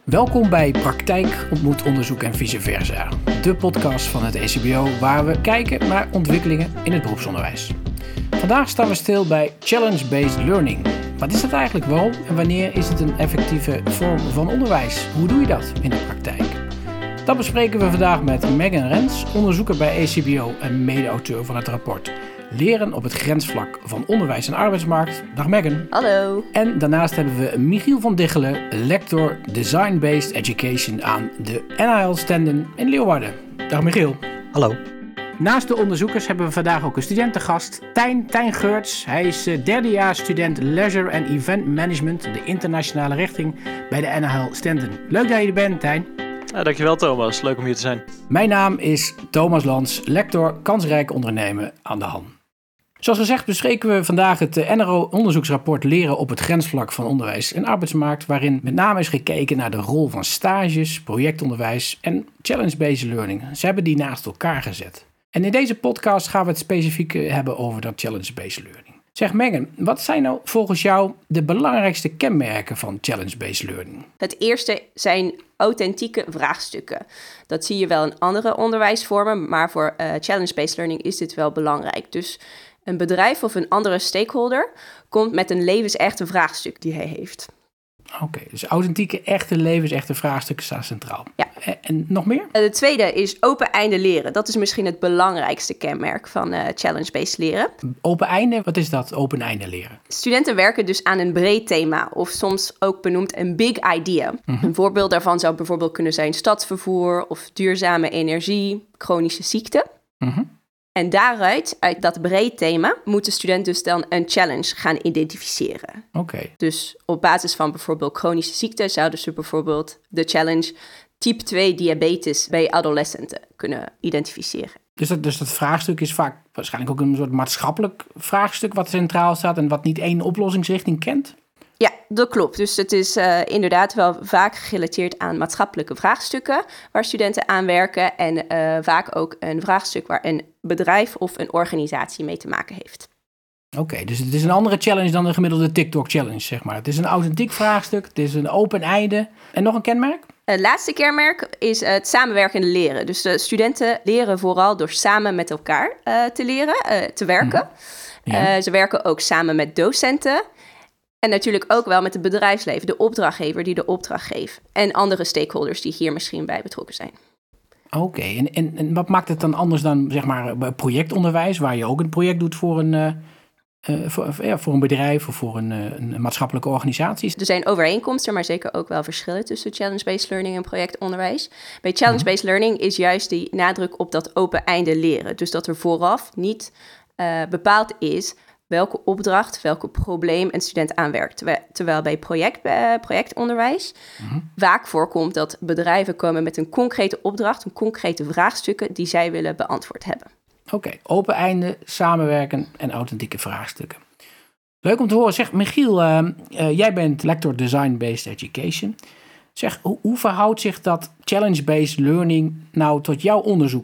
Welkom bij Praktijk ontmoet onderzoek en vice versa. De podcast van het ECBO waar we kijken naar ontwikkelingen in het beroepsonderwijs. Vandaag staan we stil bij challenge-based learning. Wat is dat eigenlijk, waarom en wanneer is het een effectieve vorm van onderwijs? Hoe doe je dat in de praktijk? Dat bespreken we vandaag met Megan Rens, onderzoeker bij ECBO en mede-auteur van het rapport Leren op het grensvlak van onderwijs en arbeidsmarkt. Dag Megan. Hallo. En daarnaast hebben we Michiel van Diggelen, lector Design-Based Education aan de NHL Stenden in Leeuwarden. Dag Michiel. Hallo. Naast de onderzoekers hebben we vandaag ook een studentengast, Tijn Geurts. Hij is derdejaars student Leisure and Event Management, de internationale richting bij de NHL Stenden. Leuk dat je er bent, Tijn. Ja, dankjewel Thomas, leuk om hier te zijn. Mijn naam is Thomas Lans, lector kansrijk ondernemen aan de HAN. Zoals gezegd bespreken we vandaag het NRO-onderzoeksrapport Leren op het grensvlak van onderwijs en arbeidsmarkt, waarin met name is gekeken naar de rol van stages, projectonderwijs en challenge-based learning. Ze hebben die naast elkaar gezet. En in deze podcast gaan we het specifiek hebben over dat challenge-based learning. Zeg Megan, wat zijn nou volgens jou de belangrijkste kenmerken van challenge-based learning? Het eerste zijn authentieke vraagstukken. Dat zie je wel in andere onderwijsvormen, maar voor challenge-based learning is dit wel belangrijk. Dus een bedrijf of een andere stakeholder komt met een levensechte vraagstuk die hij heeft. Oké, dus authentieke, echte levensechte vraagstukken staan centraal. Ja. En nog meer? De tweede is open einde leren. Dat is misschien het belangrijkste kenmerk van challenge-based leren. Open einde, wat is dat, open einde leren? Studenten werken dus aan een breed thema of soms ook benoemd een big idea. Een voorbeeld daarvan zou bijvoorbeeld kunnen zijn stadsvervoer of duurzame energie, chronische ziekte. En uit dat breed thema, moet de student dus dan een challenge gaan identificeren. Oké. Dus op basis van bijvoorbeeld chronische ziekte zouden ze bijvoorbeeld de challenge type 2 diabetes bij adolescenten kunnen identificeren. Dus dat vraagstuk is vaak waarschijnlijk ook een soort maatschappelijk vraagstuk wat centraal staat en wat niet één oplossingsrichting kent? Ja, dat klopt. Dus het is inderdaad wel vaak gerelateerd aan maatschappelijke vraagstukken waar studenten aan werken en vaak ook een vraagstuk waar een bedrijf of een organisatie mee te maken heeft. Oké, dus het is een andere challenge dan de gemiddelde TikTok-challenge, zeg maar. Het is een authentiek vraagstuk, het is een open einde. En nog een kenmerk? Het laatste kenmerk is het samenwerkende leren. Dus de studenten leren vooral door samen met elkaar te leren, te werken. Ja. Ze werken ook samen met docenten. En natuurlijk ook wel met het bedrijfsleven, de opdrachtgever die de opdracht geeft. En andere stakeholders die hier misschien bij betrokken zijn. Oké, en wat maakt het dan anders dan zeg maar projectonderwijs, waar je ook een project doet voor een bedrijf of voor een maatschappelijke organisatie? Er zijn overeenkomsten, maar zeker ook wel verschillen tussen challenge-based learning en projectonderwijs. Bij challenge-based learning is juist die nadruk op dat open einde leren. Dus dat er vooraf niet bepaald is welke opdracht, welke probleem een student aanwerkt. Terwijl bij projectonderwijs vaak voorkomt dat bedrijven komen met een concrete opdracht, een concrete vraagstukken die zij willen beantwoord hebben. Oké, open einde, samenwerken en authentieke vraagstukken. Leuk om te horen. Zeg, Michiel, jij bent lector Design-Based Education. Zeg, hoe verhoudt zich dat challenge-based learning nou tot jouw onderzoek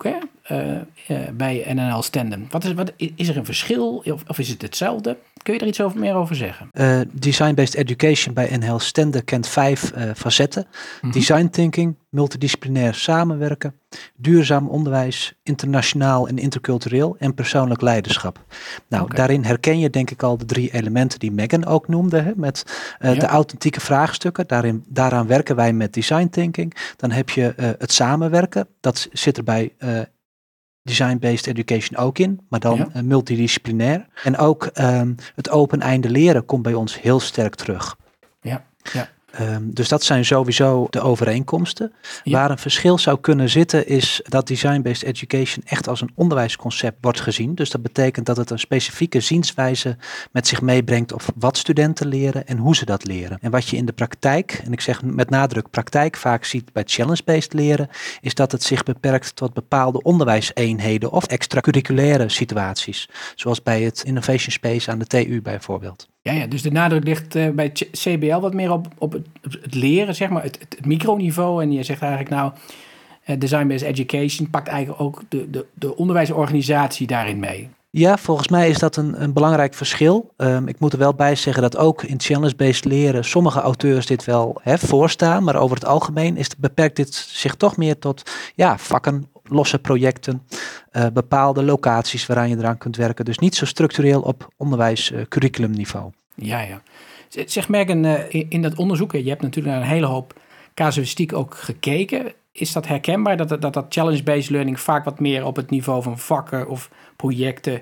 bij NNL Stenden? Is er een verschil of is het hetzelfde? Kun je er iets meer over zeggen? Design-based education bij NL Stenden kent 5 facetten. Design thinking, multidisciplinair samenwerken, duurzaam onderwijs, internationaal en intercultureel en persoonlijk leiderschap. Nou, Daarin herken je denk ik al de 3 elementen die Megan ook noemde, met de authentieke vraagstukken. Daaraan werken wij met design thinking. Dan heb je het samenwerken, dat zit er bij design-based education ook in, maar dan multidisciplinair. En ook het open einde leren komt bij ons heel sterk terug. Ja. Dus dat zijn sowieso de overeenkomsten. Ja. Waar een verschil zou kunnen zitten is dat design-based education echt als een onderwijsconcept wordt gezien. Dus dat betekent dat het een specifieke zienswijze met zich meebrengt of wat studenten leren en hoe ze dat leren. En wat je in de praktijk, en ik zeg met nadruk praktijk, vaak ziet bij challenge-based leren, is dat het zich beperkt tot bepaalde onderwijseenheden of extracurriculaire situaties. Zoals bij het Innovation Space aan de TU bijvoorbeeld. Ja, dus de nadruk ligt bij CBL wat meer op het leren, zeg maar, het microniveau. En je zegt eigenlijk Design-Based Education pakt eigenlijk ook de onderwijsorganisatie daarin mee. Ja, volgens mij is dat een belangrijk verschil. Ik moet er wel bij zeggen dat ook in challenge-based leren sommige auteurs dit wel voorstaan. Maar over het algemeen beperkt dit zich toch meer tot vakken, losse projecten, bepaalde locaties waaraan je eraan kunt werken. Dus niet zo structureel op onderwijs-curriculumniveau. Ja. Zeg Megan, in dat onderzoek, je hebt natuurlijk naar een hele hoop casuïstiek ook gekeken. Is dat herkenbaar dat challenge-based learning vaak wat meer op het niveau van vakken of projecten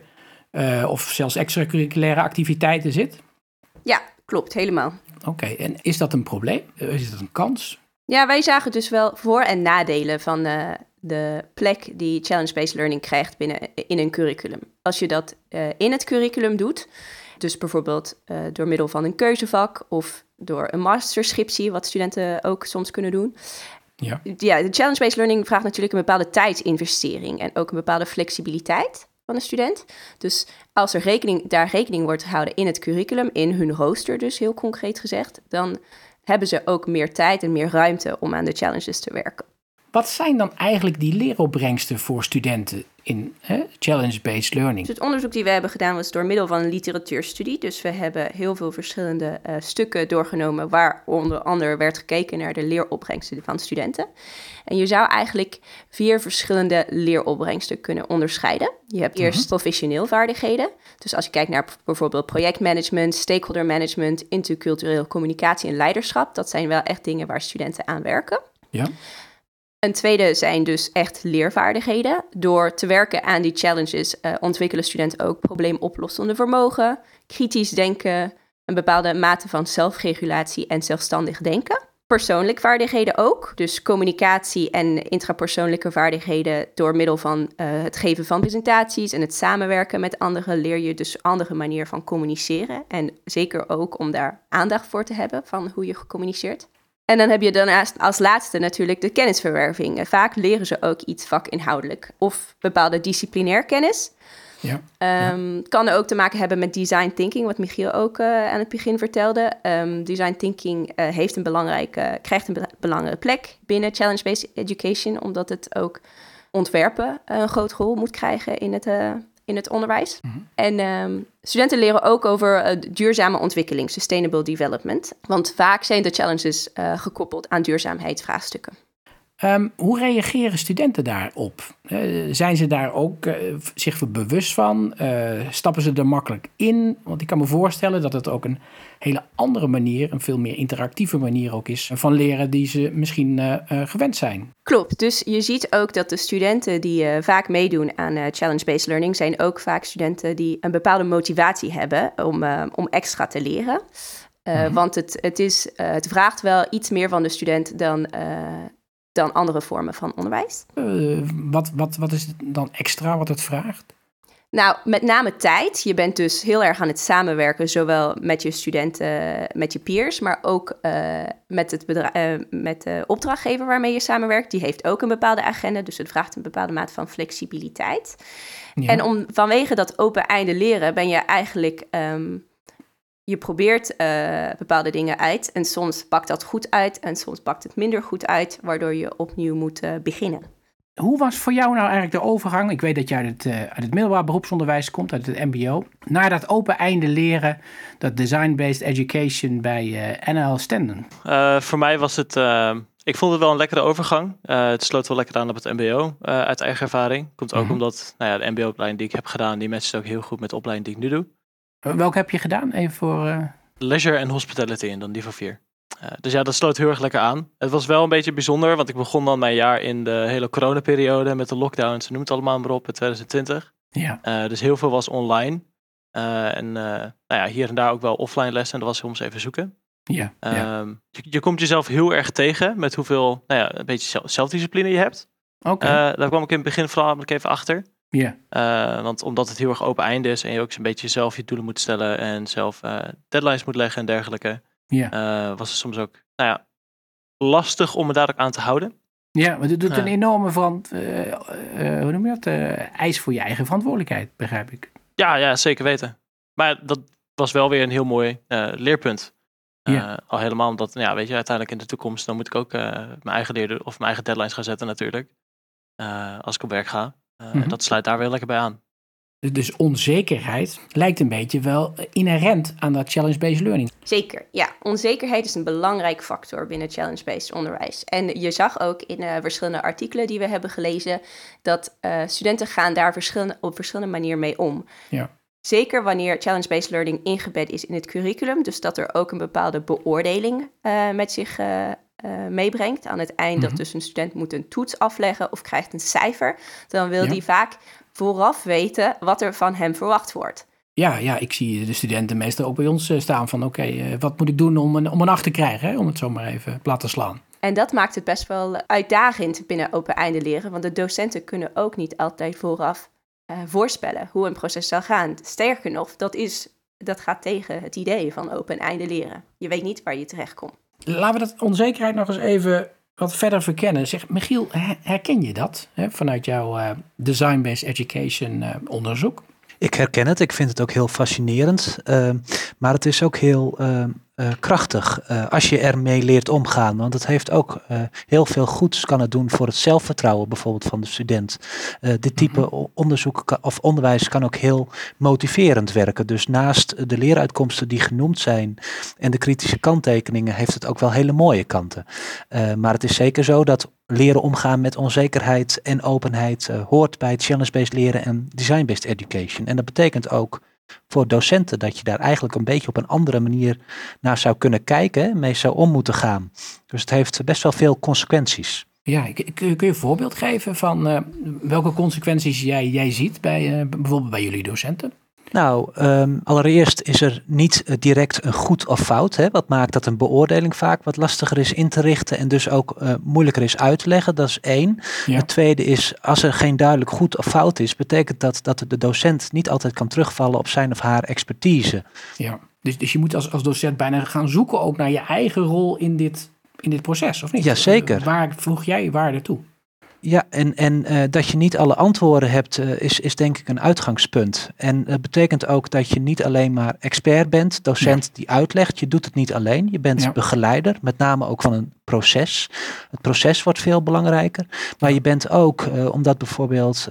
of zelfs extracurriculaire activiteiten zit? Ja, klopt, helemaal. Oké, en is dat een probleem? Is dat een kans? Ja, wij zagen dus wel voor- en nadelen van de plek die challenge-based learning krijgt in een curriculum. Als je dat in het curriculum doet, dus bijvoorbeeld door middel van een keuzevak of door een masterscriptie, wat studenten ook soms kunnen doen. Ja, de challenge-based learning vraagt natuurlijk een bepaalde tijdsinvestering en ook een bepaalde flexibiliteit van de student. Dus als er rekening wordt gehouden in het curriculum, in hun rooster dus heel concreet gezegd, dan hebben ze ook meer tijd en meer ruimte om aan de challenges te werken. Wat zijn dan eigenlijk die leeropbrengsten voor studenten in challenge-based learning? Dus het onderzoek die we hebben gedaan was door middel van een literatuurstudie. Dus we hebben heel veel verschillende stukken doorgenomen waar onder andere werd gekeken naar de leeropbrengsten van studenten. En je zou eigenlijk 4 verschillende leeropbrengsten kunnen onderscheiden. Je hebt eerst professioneel vaardigheden. Dus als je kijkt naar bijvoorbeeld projectmanagement, stakeholder management, interculturele communicatie en leiderschap. Dat zijn wel echt dingen waar studenten aan werken. Ja. Een tweede zijn dus echt leervaardigheden. Door te werken aan die challenges ontwikkelen studenten ook probleemoplossende vermogen, kritisch denken, een bepaalde mate van zelfregulatie en zelfstandig denken. Persoonlijke vaardigheden ook, dus communicatie en intrapersoonlijke vaardigheden door middel van het geven van presentaties en het samenwerken met anderen leer je dus een andere manier van communiceren. En zeker ook om daar aandacht voor te hebben van hoe je communiceert. En dan heb je daarnaast als laatste natuurlijk de kennisverwerving. Vaak leren ze ook iets vakinhoudelijk of bepaalde disciplinair kennis. Ja. Kan er ook te maken hebben met design thinking, wat Michiel ook aan het begin vertelde. Design thinking krijgt een belangrijke plek binnen challenge-based education, omdat het ook ontwerpen een grote rol moet krijgen in het onderwijs. Mm-hmm. En studenten leren ook over duurzame ontwikkeling, sustainable development. Want vaak zijn de challenges gekoppeld aan duurzaamheidsvraagstukken. Hoe reageren studenten daarop? Zijn ze daar ook zich bewust van? Stappen ze er makkelijk in? Want ik kan me voorstellen dat het ook een hele andere manier, een veel meer interactieve manier ook is van leren die ze misschien gewend zijn. Klopt, dus je ziet ook dat de studenten die vaak meedoen aan challenge-based learning zijn ook vaak studenten die een bepaalde motivatie hebben om extra te leren. Want het vraagt wel iets meer van de student dan andere vormen van onderwijs. Wat is het dan extra wat het vraagt? Nou, met name tijd. Je bent dus heel erg aan het samenwerken, zowel met je studenten, met je peers, maar ook met de opdrachtgever waarmee je samenwerkt. Die heeft ook een bepaalde agenda, dus het vraagt een bepaalde mate van flexibiliteit. Ja. En vanwege dat open-einde leren ben je eigenlijk je probeert bepaalde dingen uit en soms pakt dat goed uit en soms pakt het minder goed uit, waardoor je opnieuw moet beginnen. Hoe was voor jou nou eigenlijk de overgang? Ik weet dat je uit het middelbaar beroepsonderwijs komt, uit het mbo, naar dat open einde leren, dat design-based education bij NL Stenden. Voor mij was het, ik vond het wel een lekkere overgang. Het sloot wel lekker aan op het mbo, uit eigen ervaring. Komt ook omdat de mbo-opleiding die ik heb gedaan, die matcht ook heel goed met de opleiding die ik nu doe. Welke heb je gedaan? Even voor... Leisure en Hospitality en dan niveau 4. Dus ja, dat sloot heel erg lekker aan. Het was wel een beetje bijzonder, want ik begon dan mijn jaar in de hele coronaperiode met de lockdowns, noem het allemaal maar op, in 2020. Ja. Dus heel veel was online. Hier en daar ook wel offline lessen en dat was soms even zoeken. Ja. Je komt jezelf heel erg tegen met hoeveel, een beetje zelfdiscipline je hebt. Okay. Daar kwam ik in het begin vooral even achter. Ja. Want omdat het heel erg open einde is en je ook een beetje zelf je doelen moet stellen en zelf deadlines moet leggen en dergelijke, was het soms ook lastig om me daar ook aan te houden. Ja, maar het doet een enorme hoe noem je dat? Eis voor je eigen verantwoordelijkheid, begrijp ik. Ja, zeker weten. Maar dat was wel weer een heel mooi leerpunt. Al helemaal omdat, uiteindelijk in de toekomst, dan moet ik ook mijn eigen deadlines gaan zetten natuurlijk. Als ik op werk ga. En dat sluit daar weer lekker bij aan. Dus onzekerheid lijkt een beetje wel inherent aan dat challenge-based learning. Zeker, ja. Onzekerheid is een belangrijk factor binnen challenge-based onderwijs. En je zag ook in verschillende artikelen die we hebben gelezen, dat studenten gaan daar op verschillende manieren mee om. Ja. Zeker wanneer challenge-based learning ingebed is in het curriculum, dus dat er ook een bepaalde beoordeling met zich meebrengt. Aan het eind dat dus een student moet een toets afleggen of krijgt een cijfer, dan wil die vaak vooraf weten wat er van hem verwacht wordt. Ja, ik zie de studenten meestal ook bij ons staan van oké, wat moet ik doen om een 8 te krijgen, hè? Om het zo maar even plat te slaan. En dat maakt het best wel uitdagend binnen open einde leren, want de docenten kunnen ook niet altijd vooraf voorspellen hoe een proces zal gaan. Sterker nog, dat gaat tegen het idee van open einde leren. Je weet niet waar je terechtkomt. Laten we dat onzekerheid nog eens even wat verder verkennen. Zeg, Michiel, herken je dat vanuit jouw design-based education onderzoek? Ik herken het. Ik vind het ook heel fascinerend. Maar het is ook heel krachtig als je ermee leert omgaan. Want het heeft ook heel veel goeds kan het doen voor het zelfvertrouwen bijvoorbeeld van de student. Dit type onderzoek of onderwijs kan ook heel motiverend werken. Dus naast de leeruitkomsten die genoemd zijn en de kritische kanttekeningen heeft het ook wel hele mooie kanten. Maar het is zeker zo dat leren omgaan met onzekerheid en openheid hoort bij het challenge-based leren en design-based education. En dat betekent ook voor docenten dat je daar eigenlijk een beetje op een andere manier naar zou kunnen kijken, mee zou om moeten gaan. Dus het heeft best wel veel consequenties. Ja, kun je een voorbeeld geven van welke consequenties jij ziet bijvoorbeeld bij jullie docenten? Nou, allereerst is er niet direct een goed of fout. Hè, wat maakt dat een beoordeling vaak wat lastiger is in te richten en dus ook moeilijker is uit te leggen. Dat is 1. Ja. Het tweede is, als er geen duidelijk goed of fout is, betekent dat de docent niet altijd kan terugvallen op zijn of haar expertise. Ja, dus je moet als docent bijna gaan zoeken ook naar je eigen rol in dit proces, of niet? Jazeker. Waar voeg jij waarde toe? Ja, en dat je niet alle antwoorden hebt is denk ik een uitgangspunt. En het betekent ook dat je niet alleen maar expert bent, docent die uitlegt. Je doet het niet alleen, je bent begeleider, met name ook van een proces. Het proces wordt veel belangrijker. Maar je bent ook, omdat bijvoorbeeld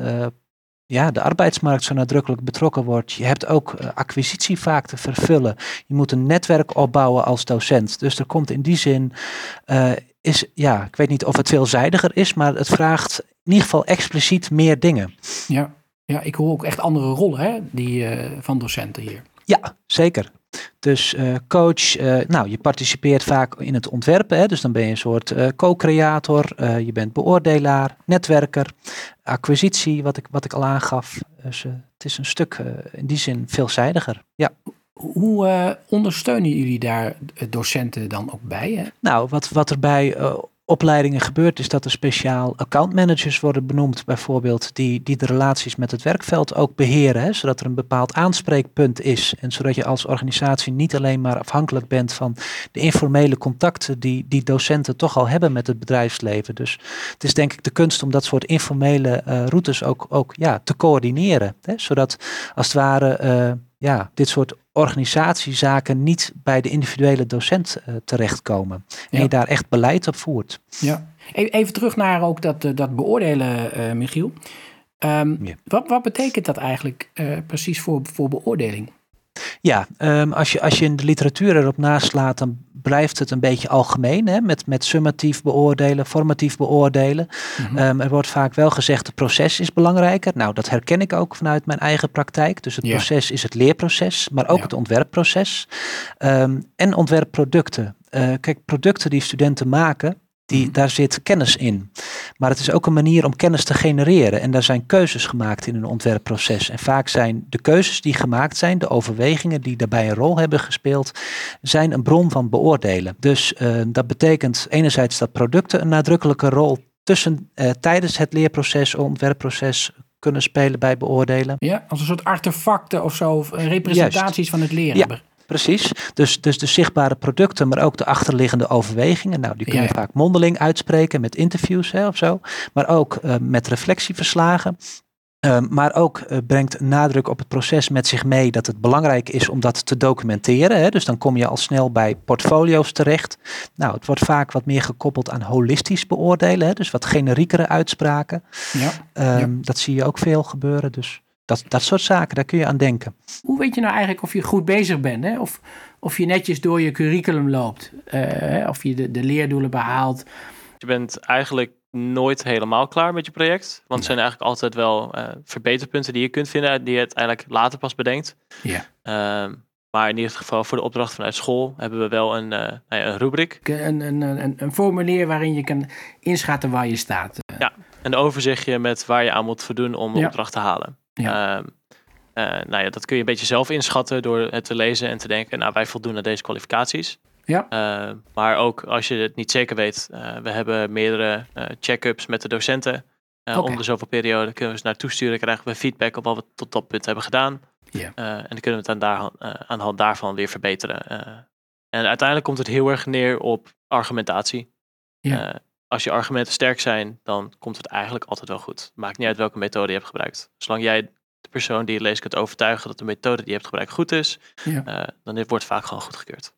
de arbeidsmarkt zo nadrukkelijk betrokken wordt. Je hebt ook acquisitie vaak te vervullen. Je moet een netwerk opbouwen als docent. Dus er komt in die zin ik weet niet of het veelzijdiger is, maar het vraagt in ieder geval expliciet meer dingen. Ja, ik hoor ook echt andere rollen van docenten hier. Ja, zeker. Dus coach, je participeert vaak in het ontwerpen. Hè, dus dan ben je een soort co-creator. Je bent beoordelaar, netwerker, acquisitie, wat ik al aangaf. Dus het is een stuk in die zin veelzijdiger. Ja. Hoe ondersteunen jullie daar docenten dan ook bij? Hè? Nou, wat er bij opleidingen gebeurt is dat er speciaal accountmanagers worden benoemd bijvoorbeeld die de relaties met het werkveld ook beheren. Hè, zodat er een bepaald aanspreekpunt is. En zodat je als organisatie niet alleen maar afhankelijk bent van de informele contacten die docenten toch al hebben met het bedrijfsleven. Dus het is denk ik de kunst om dat soort informele routes ook te coördineren. Hè, zodat als het ware dit soort organisatiezaken niet bij de individuele docent terechtkomen. En je daar echt beleid op voert. Ja. Even terug naar ook dat beoordelen, Michiel. Wat betekent dat eigenlijk precies voor beoordeling? Ja, als je in de literatuur erop naslaat, dan blijft het een beetje algemeen. Hè, met summatief beoordelen, formatief beoordelen. Mm-hmm. Er wordt vaak wel gezegd, het proces is belangrijker. Nou, dat herken ik ook vanuit mijn eigen praktijk. Dus het proces is het leerproces, maar ook het ontwerpproces. En ontwerpproducten. Kijk, producten die studenten maken, daar zit kennis in. Maar het is ook een manier om kennis te genereren. En daar zijn keuzes gemaakt in een ontwerpproces. En vaak zijn de keuzes die gemaakt zijn, de overwegingen die daarbij een rol hebben gespeeld, zijn een bron van beoordelen. Dus dat betekent enerzijds dat producten een nadrukkelijke rol tijdens het leerproces, ontwerpproces kunnen spelen bij beoordelen. Ja, als een soort artefacten of zo, of representaties van het leren hebben. Precies, dus de zichtbare producten, maar ook de achterliggende overwegingen. Nou, die kun je vaak mondeling uitspreken met interviews of zo. Maar ook met reflectieverslagen. Maar ook brengt nadruk op het proces met zich mee dat het belangrijk is om dat te documenteren. Hè? Dus dan kom je al snel bij portfolio's terecht. Nou, het wordt vaak wat meer gekoppeld aan holistisch beoordelen. Hè? Dus wat generiekere uitspraken. Dat zie je ook veel gebeuren. Dus Dat soort zaken, daar kun je aan denken. Hoe weet je nou eigenlijk of je goed bezig bent? Hè? Of je netjes door je curriculum loopt? Of je de leerdoelen behaalt? Je bent eigenlijk nooit helemaal klaar met je project. Want er zijn eigenlijk altijd wel verbeterpunten die je kunt vinden, die je uiteindelijk later pas bedenkt. Ja. Maar in ieder geval voor de opdracht vanuit school hebben we wel een rubriek. Een formulier waarin je kan inschatten waar je staat. Ja, een overzichtje met waar je aan moet voldoen om de opdracht te halen. Ja. Dat kun je een beetje zelf inschatten door het te lezen en te denken, nou, wij voldoen aan deze kwalificaties. Ja. Maar ook als je het niet zeker weet, we hebben meerdere check-ups met de docenten. Om de zoveel periode kunnen we ze naartoe sturen, krijgen we feedback op wat we tot dat punt hebben gedaan. Ja. En dan kunnen we het aan de hand daarvan weer verbeteren. En uiteindelijk komt het heel erg neer op argumentatie. Ja. Als je argumenten sterk zijn, dan komt het eigenlijk altijd wel goed. Maakt niet uit welke methode je hebt gebruikt. Zolang jij de persoon die het leest kunt overtuigen dat de methode die je hebt gebruikt goed is, dan wordt het vaak gewoon goedgekeurd.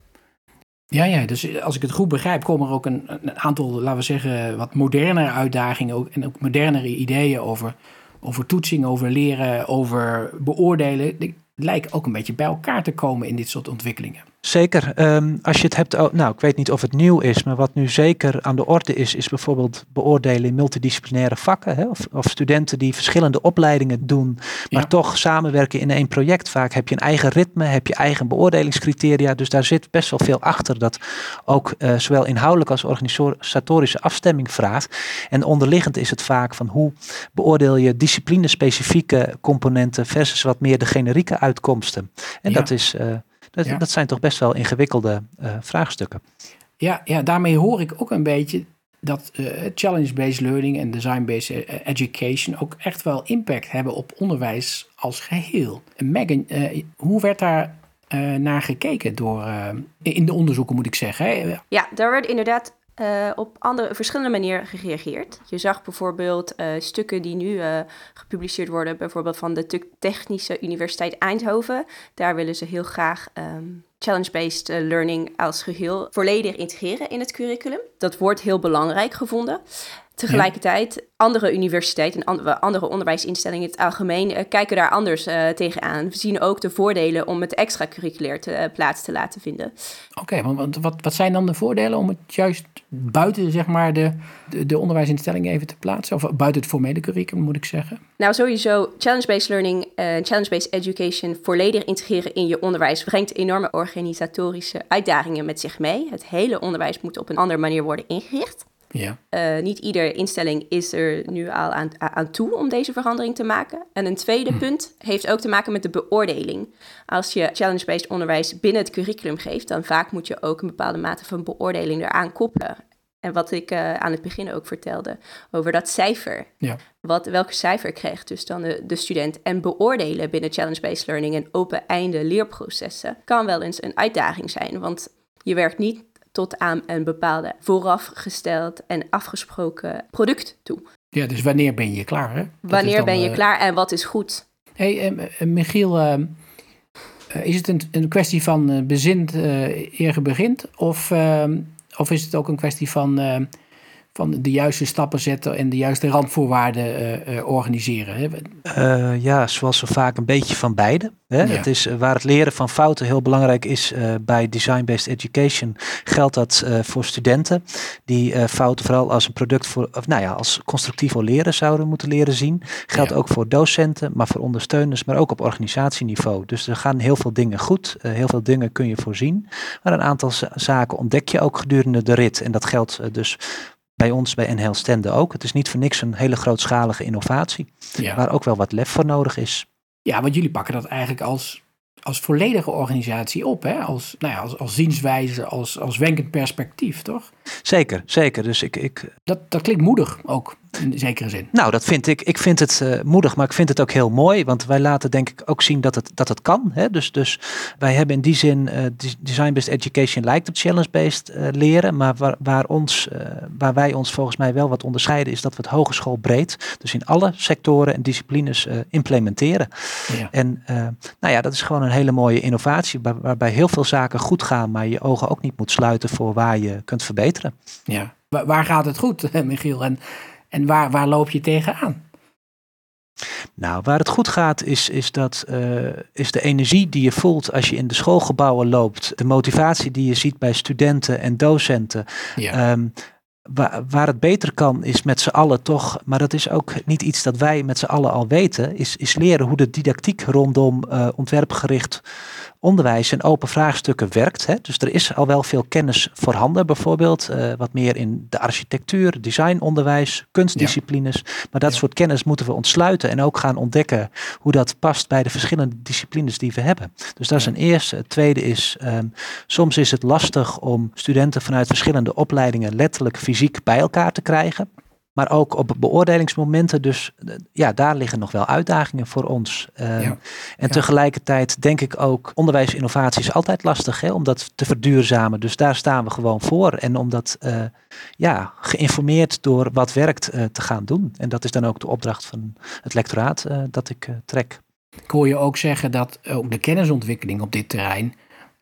Ja, dus als ik het goed begrijp, komen er ook een aantal, laten we zeggen, wat modernere uitdagingen ook, en ook modernere ideeën over toetsing, over leren, over beoordelen. Die lijken ook een beetje bij elkaar te komen in dit soort ontwikkelingen. Zeker. Als je het hebt, ik weet niet of het nieuw is, maar wat nu zeker aan de orde is bijvoorbeeld beoordelen in multidisciplinaire vakken. Hè? Of studenten die verschillende opleidingen doen, maar toch samenwerken in één project. Vaak heb je een eigen ritme, heb je eigen beoordelingscriteria. Dus daar zit best wel veel achter dat ook zowel inhoudelijk als organisatorische afstemming vraagt. En onderliggend is het vaak van hoe beoordeel je disciplinespecifieke componenten versus wat meer de generieke uitkomsten. En dat is... Dat zijn toch best wel ingewikkelde vraagstukken. Ja, daarmee hoor ik ook een beetje dat challenge-based learning en design-based education ook echt wel impact hebben op onderwijs als geheel. Megan, hoe werd daar naar gekeken in de onderzoeken, moet ik zeggen? Hè? Ja, daar werd inderdaad op verschillende manieren gereageerd. Je zag bijvoorbeeld stukken die nu gepubliceerd worden, bijvoorbeeld van de Technische Universiteit Eindhoven. Daar willen ze heel graag challenge-based learning als geheel volledig integreren in het curriculum. Dat wordt heel belangrijk gevonden. Tegelijkertijd, andere universiteiten en andere onderwijsinstellingen in het algemeen kijken daar anders tegenaan. We zien ook de voordelen om het extracurriculair plaats te laten vinden. Oké, want wat zijn dan de voordelen om het juist buiten, zeg maar, de onderwijsinstellingen even te plaatsen? Of buiten het formele curriculum, moet ik zeggen? Nou, sowieso challenge-based learning en challenge-based education volledig integreren in je onderwijs brengt enorme organisatorische uitdagingen met zich mee. Het hele onderwijs moet op een andere manier worden ingericht. Ja. Niet iedere instelling is er nu al aan toe om deze verandering te maken. En een tweede punt heeft ook te maken met de beoordeling. Als je challenge-based onderwijs binnen het curriculum geeft, dan vaak moet je ook een bepaalde mate van beoordeling eraan koppelen. En wat ik aan het begin ook vertelde over dat cijfer. Ja. Welke cijfer kreeg dus dan de student? En beoordelen binnen challenge-based learning en open-einde leerprocessen kan wel eens een uitdaging zijn. Want je werkt niet tot aan een bepaalde voorafgesteld en afgesproken product toe. Ja, dus wanneer ben je klaar? Hè? Wanneer ben je klaar en wat is goed? Michiel, is het een kwestie van bezint eer je begint? Of is het ook een kwestie van de juiste stappen zetten en de juiste randvoorwaarden organiseren? Hè? Zoals zo vaak een beetje van beide. Hè? Ja. Het is waar het leren van fouten heel belangrijk is bij design-based education, geldt dat voor studenten die fouten vooral als een product als constructief leren zouden moeten leren zien. Geldt ook voor docenten, maar voor ondersteuners, maar ook op organisatieniveau. Dus er gaan heel veel dingen goed, heel veel dingen kun je voorzien, maar een aantal zaken ontdek je ook gedurende de rit. En dat geldt dus bij ons, bij NL Stende ook. Het is niet voor niks een hele grootschalige innovatie, waar ook wel wat lef voor nodig is. Ja, want jullie pakken dat eigenlijk als volledige organisatie op, hè? Als zienswijze, als wenkend perspectief, toch? Zeker. Dus Dat klinkt moedig ook, in zekere zin. Nou, dat vind ik. Ik vind het moedig, maar ik vind het ook heel mooi. Want wij laten denk ik ook zien dat het kan. Hè? Dus wij hebben in die zin design-based education lijkt op challenge-based leren. Maar waar wij ons volgens mij wel wat onderscheiden is dat we het hogeschoolbreed, dus in alle sectoren en disciplines implementeren. Ja. En dat is gewoon een hele mooie innovatie waarbij heel veel zaken goed gaan, maar je ogen ook niet moet sluiten voor waar je kunt verbeteren. Ja, waar gaat het goed, Michiel? En waar loop je tegenaan? Nou, waar het goed gaat is de energie die je voelt als je in de schoolgebouwen loopt. De motivatie die je ziet bij studenten en docenten. Ja. Waar het beter kan is met z'n allen toch, maar dat is ook niet iets dat wij met z'n allen al weten, is leren hoe de didactiek rondom ontwerpgericht onderwijs en open vraagstukken werkt. Hè. Dus er is al wel veel kennis voorhanden, bijvoorbeeld wat meer in de architectuur, designonderwijs, kunstdisciplines. Maar dat soort kennis moeten we ontsluiten en ook gaan ontdekken hoe dat past bij de verschillende disciplines die we hebben. Dus dat is een eerste. Het tweede is, soms is het lastig om studenten vanuit verschillende opleidingen letterlijk fysiek bij elkaar te krijgen. Maar ook op beoordelingsmomenten. Dus daar liggen nog wel uitdagingen voor ons. En tegelijkertijd denk ik ook, onderwijsinnovatie is altijd lastig, hè, om dat te verduurzamen. Dus daar staan we gewoon voor. En om dat geïnformeerd door wat werkt te gaan doen. En dat is dan ook de opdracht van het lectoraat dat ik trek. Ik hoor je ook zeggen dat ook de kennisontwikkeling op dit terrein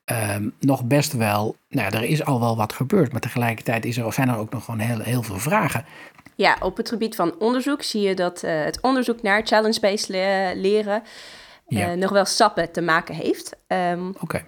nog best wel, er is al wel wat gebeurd. Maar tegelijkertijd zijn er ook nog gewoon heel veel vragen. Ja, op het gebied van onderzoek zie je dat het onderzoek naar challenge-based leren nog wel stappen te maken heeft. Oké.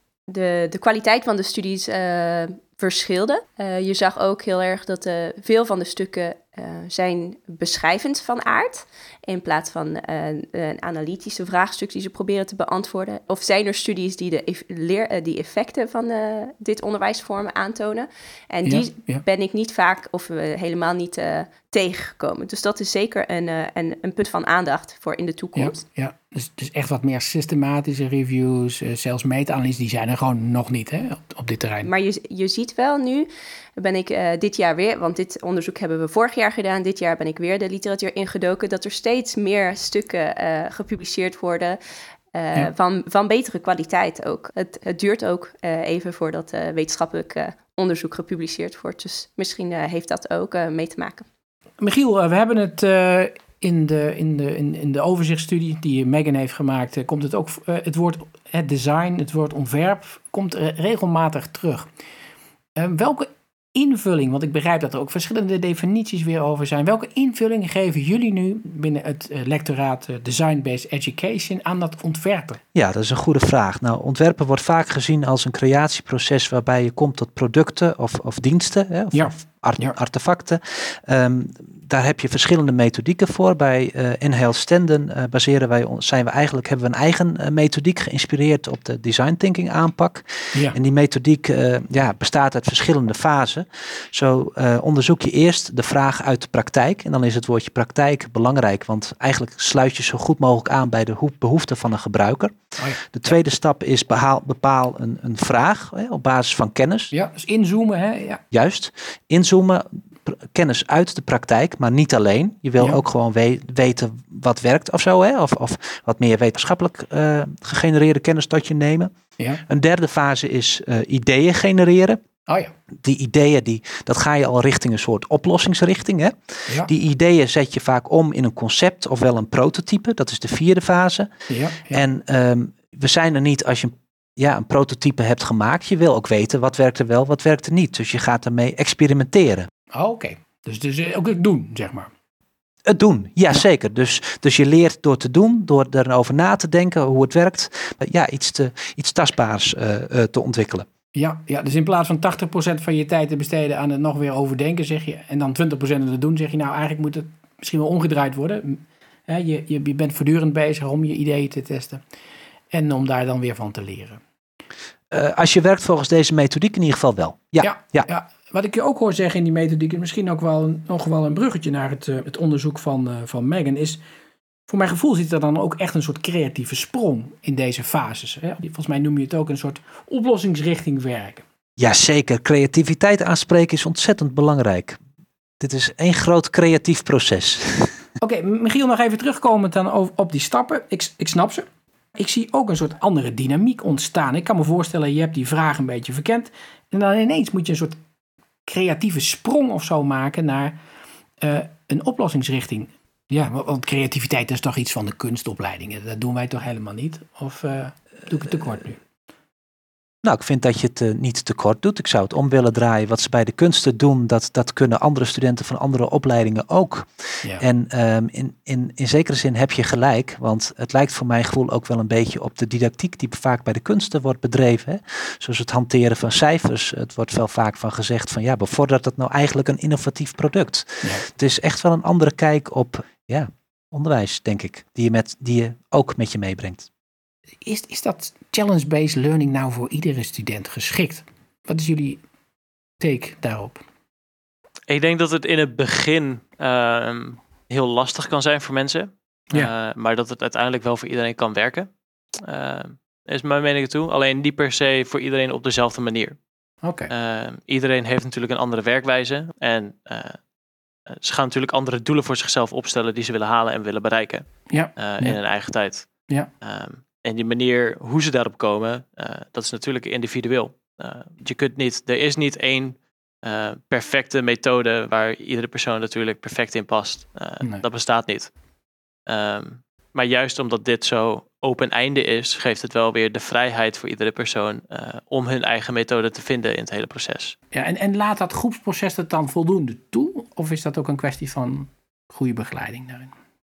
De kwaliteit van de studies verschilde. Je zag ook heel erg dat veel van de stukken zijn beschrijvend van aard, in plaats van een analytische vraagstuk die ze proberen te beantwoorden. Of zijn er studies die die effecten van dit onderwijsvormen aantonen? En die ben ik niet vaak of helemaal niet tegengekomen. Dus dat is zeker een punt van aandacht voor in de toekomst. Ja. Dus echt wat meer systematische reviews, zelfs meta-analyses, die zijn er gewoon nog niet, hè, op dit terrein. Maar je ziet wel nu, ben ik dit jaar weer, want dit onderzoek hebben we vorig jaar gedaan. Dit jaar ben ik weer de literatuur ingedoken, dat er steeds meer stukken gepubliceerd worden van betere kwaliteit ook. Het duurt ook even voordat wetenschappelijk onderzoek gepubliceerd wordt. Dus misschien heeft dat ook mee te maken. Michiel, we hebben het in de overzichtsstudie die Megan heeft gemaakt, komt het ook het woord design, het woord ontwerp, komt regelmatig terug. Welke invulling, want ik begrijp dat er ook verschillende definities weer over zijn. Welke invulling geven jullie nu binnen het lectoraat Design-Based Education aan dat ontwerpen? Ja, dat is een goede vraag. Nou, ontwerpen wordt vaak gezien als een creatieproces waarbij je komt tot producten of diensten, hè, of artefacten. Daar heb je verschillende methodieken voor. Bij Inhale Stenden hebben we een eigen methodiek geïnspireerd op de design thinking aanpak. Ja. En die methodiek bestaat uit verschillende fasen. Zo onderzoek je eerst de vraag uit de praktijk. En dan is het woordje praktijk belangrijk, want eigenlijk sluit je zo goed mogelijk aan bij de behoeften van een gebruiker. Oh ja. De tweede stap is bepaal een vraag op basis van kennis. Ja, dus inzoomen. Hè? Ja. Juist, inzoomen. Kennis uit de praktijk, maar niet alleen. Je wil ook gewoon weten wat werkt of zo, hè? Of wat meer wetenschappelijk gegenereerde kennis tot je nemen. Ja. Een derde fase is ideeën genereren. Oh ja. Die ideeën, dat ga je al richting een soort oplossingsrichting. Hè? Ja. Die ideeën zet je vaak om in een concept of wel een prototype. Dat is de vierde fase. Ja. En we zijn er niet als je een prototype hebt gemaakt. Je wil ook weten wat werkt er wel, wat werkt er niet. Dus je gaat ermee experimenteren. Oké. Dus ook het doen, zeg maar. Het doen, ja zeker. Dus je leert door te doen, door erover na te denken hoe het werkt. Iets tastbaars te ontwikkelen. Ja, dus in plaats van 80% van je tijd te besteden aan het nog weer overdenken, zeg je, en dan 20% te doen, zeg je nou eigenlijk moet het misschien wel omgedraaid worden. Je bent voortdurend bezig om je ideeën te testen en om daar dan weer van te leren. Als je werkt volgens deze methodiek in ieder geval wel. Ja. Wat ik je ook hoor zeggen in die methodiek, is misschien ook nog wel een bruggetje naar het onderzoek van Megan, is voor mijn gevoel zit er dan ook echt een soort creatieve sprong in deze fases. Hè? Volgens mij noem je het ook een soort oplossingsrichting werken. Jazeker, creativiteit aanspreken is ontzettend belangrijk. Dit is één groot creatief proces. Oké, Michiel, nog even terugkomend dan op die stappen. Ik snap ze. Ik zie ook een soort andere dynamiek ontstaan. Ik kan me voorstellen, je hebt die vraag een beetje verkend. En dan ineens moet je een soort creatieve sprong of zo maken naar een oplossingsrichting. Ja, want creativiteit is toch iets van de kunstopleidingen. Dat doen wij toch helemaal niet? Of doe ik het te kort nu? Nou, ik vind dat je het niet te kort doet. Ik zou het om willen draaien. Wat ze bij de kunsten doen, dat kunnen andere studenten van andere opleidingen ook. Ja. En in zekere zin heb je gelijk. Want het lijkt voor mijn gevoel ook wel een beetje op de didactiek die vaak bij de kunsten wordt bedreven. Hè? Zoals het hanteren van cijfers. Het wordt wel vaak van gezegd van ja, bevordert dat nou eigenlijk een innovatief product? Ja. Het is echt wel een andere kijk op onderwijs, denk ik. Die je ook met je meebrengt. Is dat challenge-based learning nou voor iedere student geschikt? Wat is jullie take daarop? Ik denk dat het in het begin heel lastig kan zijn voor mensen. Ja. Maar dat het uiteindelijk wel voor iedereen kan werken. Is mijn mening ertoe. Alleen niet per se voor iedereen op dezelfde manier. Okay. Iedereen heeft natuurlijk een andere werkwijze. En ze gaan natuurlijk andere doelen voor zichzelf opstellen die ze willen halen en willen bereiken. Ja. In hun eigen tijd. Ja. En die manier hoe ze daarop komen, dat is natuurlijk individueel. Er is niet één perfecte methode waar iedere persoon natuurlijk perfect in past. Nee. Dat bestaat niet. Maar juist omdat dit zo open einde is, geeft het wel weer de vrijheid voor iedere persoon om hun eigen methode te vinden in het hele proces. Ja, en laat dat groepsproces het dan voldoende toe? Of is dat ook een kwestie van goede begeleiding daarin?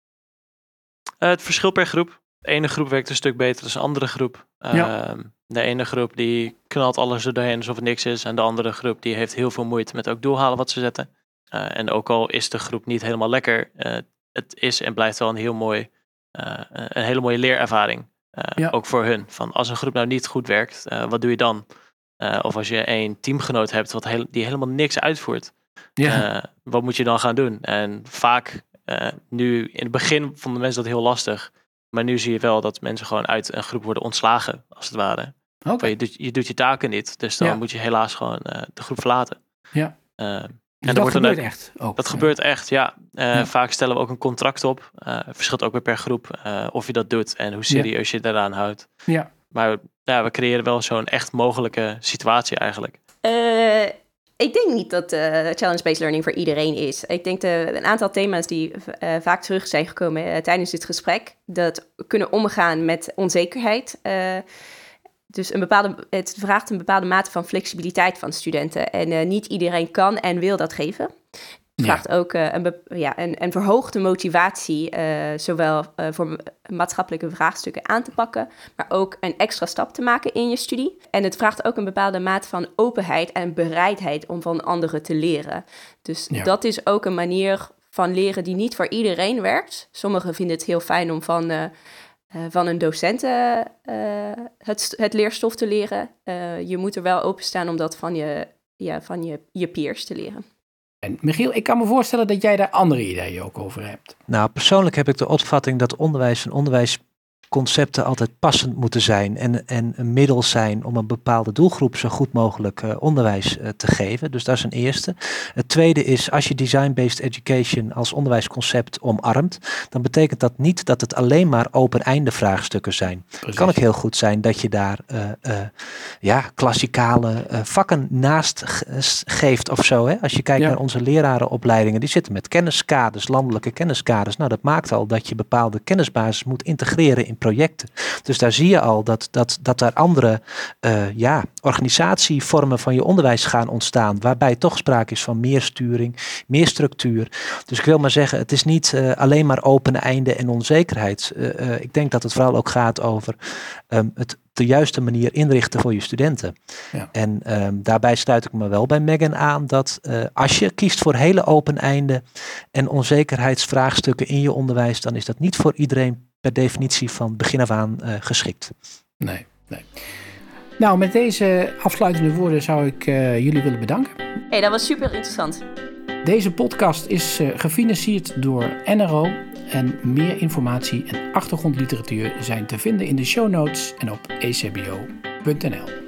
Het verschilt per groep. De ene groep werkt een stuk beter dan de andere groep. De ene groep die knalt alles er doorheen alsof het niks is. En de andere groep die heeft heel veel moeite met ook doorhalen wat ze zetten. En ook al is de groep niet helemaal lekker, het is en blijft wel een hele mooie leerervaring. Ook voor hun. Van als een groep nou niet goed werkt, wat doe je dan? Of als je een teamgenoot hebt die helemaal niks uitvoert. Wat moet je dan gaan doen? En vaak, nu in het begin vonden mensen dat heel lastig. Maar nu zie je wel dat mensen gewoon uit een groep worden ontslagen, als het ware. Okay. Je doet je taken niet, dus dan moet je helaas gewoon de groep verlaten. Ja. Dus dat gebeurt echt ook? Dat gebeurt echt, ja. Vaak stellen we ook een contract op. Verschilt ook weer per groep of je dat doet en hoe serieus je daaraan houdt. Ja. Maar we creëren wel zo'n echt mogelijke situatie eigenlijk. Ik denk niet dat challenge-based learning voor iedereen is. Ik denk een aantal thema's die vaak terug zijn gekomen tijdens dit gesprek, dat kunnen omgaan met onzekerheid. Dus het vraagt een bepaalde mate van flexibiliteit van studenten. En niet iedereen kan en wil dat geven. Het vraagt ook een verhoogde motivatie, zowel voor maatschappelijke vraagstukken aan te pakken, maar ook een extra stap te maken in je studie. En het vraagt ook een bepaalde mate van openheid en bereidheid om van anderen te leren. Dus dat is ook een manier van leren die niet voor iedereen werkt. Sommigen vinden het heel fijn om van een docent het leerstof te leren. Je moet er wel openstaan om dat van je peers te leren. En Michiel, ik kan me voorstellen dat jij daar andere ideeën ook over hebt. Nou, persoonlijk heb ik de opvatting dat onderwijs en onderwijsconcepten altijd passend moeten zijn en een middel zijn om een bepaalde doelgroep zo goed mogelijk onderwijs te geven. Dus dat is een eerste. Het tweede is, als je design-based education als onderwijsconcept omarmt, dan betekent dat niet dat het alleen maar open-einde vraagstukken zijn. Het kan ook heel goed zijn dat je daar klassikale vakken naast geeft of zo. Hè? Als je kijkt naar onze lerarenopleidingen, die zitten met kenniskaders, landelijke kenniskaders. Nou, dat maakt al dat je bepaalde kennisbasis moet integreren in projecten. Dus daar zie je al dat daar andere organisatievormen van je onderwijs gaan ontstaan, waarbij toch sprake is van meer sturing, meer structuur. Dus ik wil maar zeggen, het is niet alleen maar open einde en onzekerheid. Ik denk dat het vooral ook gaat over het de juiste manier inrichten voor je studenten. Ja. En daarbij sluit ik me wel bij Megan aan dat als je kiest voor hele open einde en onzekerheidsvraagstukken in je onderwijs, dan is dat niet voor iedereen per definitie van begin af aan geschikt. Nee. Nou, met deze afsluitende woorden zou ik jullie willen bedanken. Hey, dat was super interessant. Deze podcast is gefinancierd door NRO en meer informatie en achtergrondliteratuur zijn te vinden in de show notes en op ecbo.nl.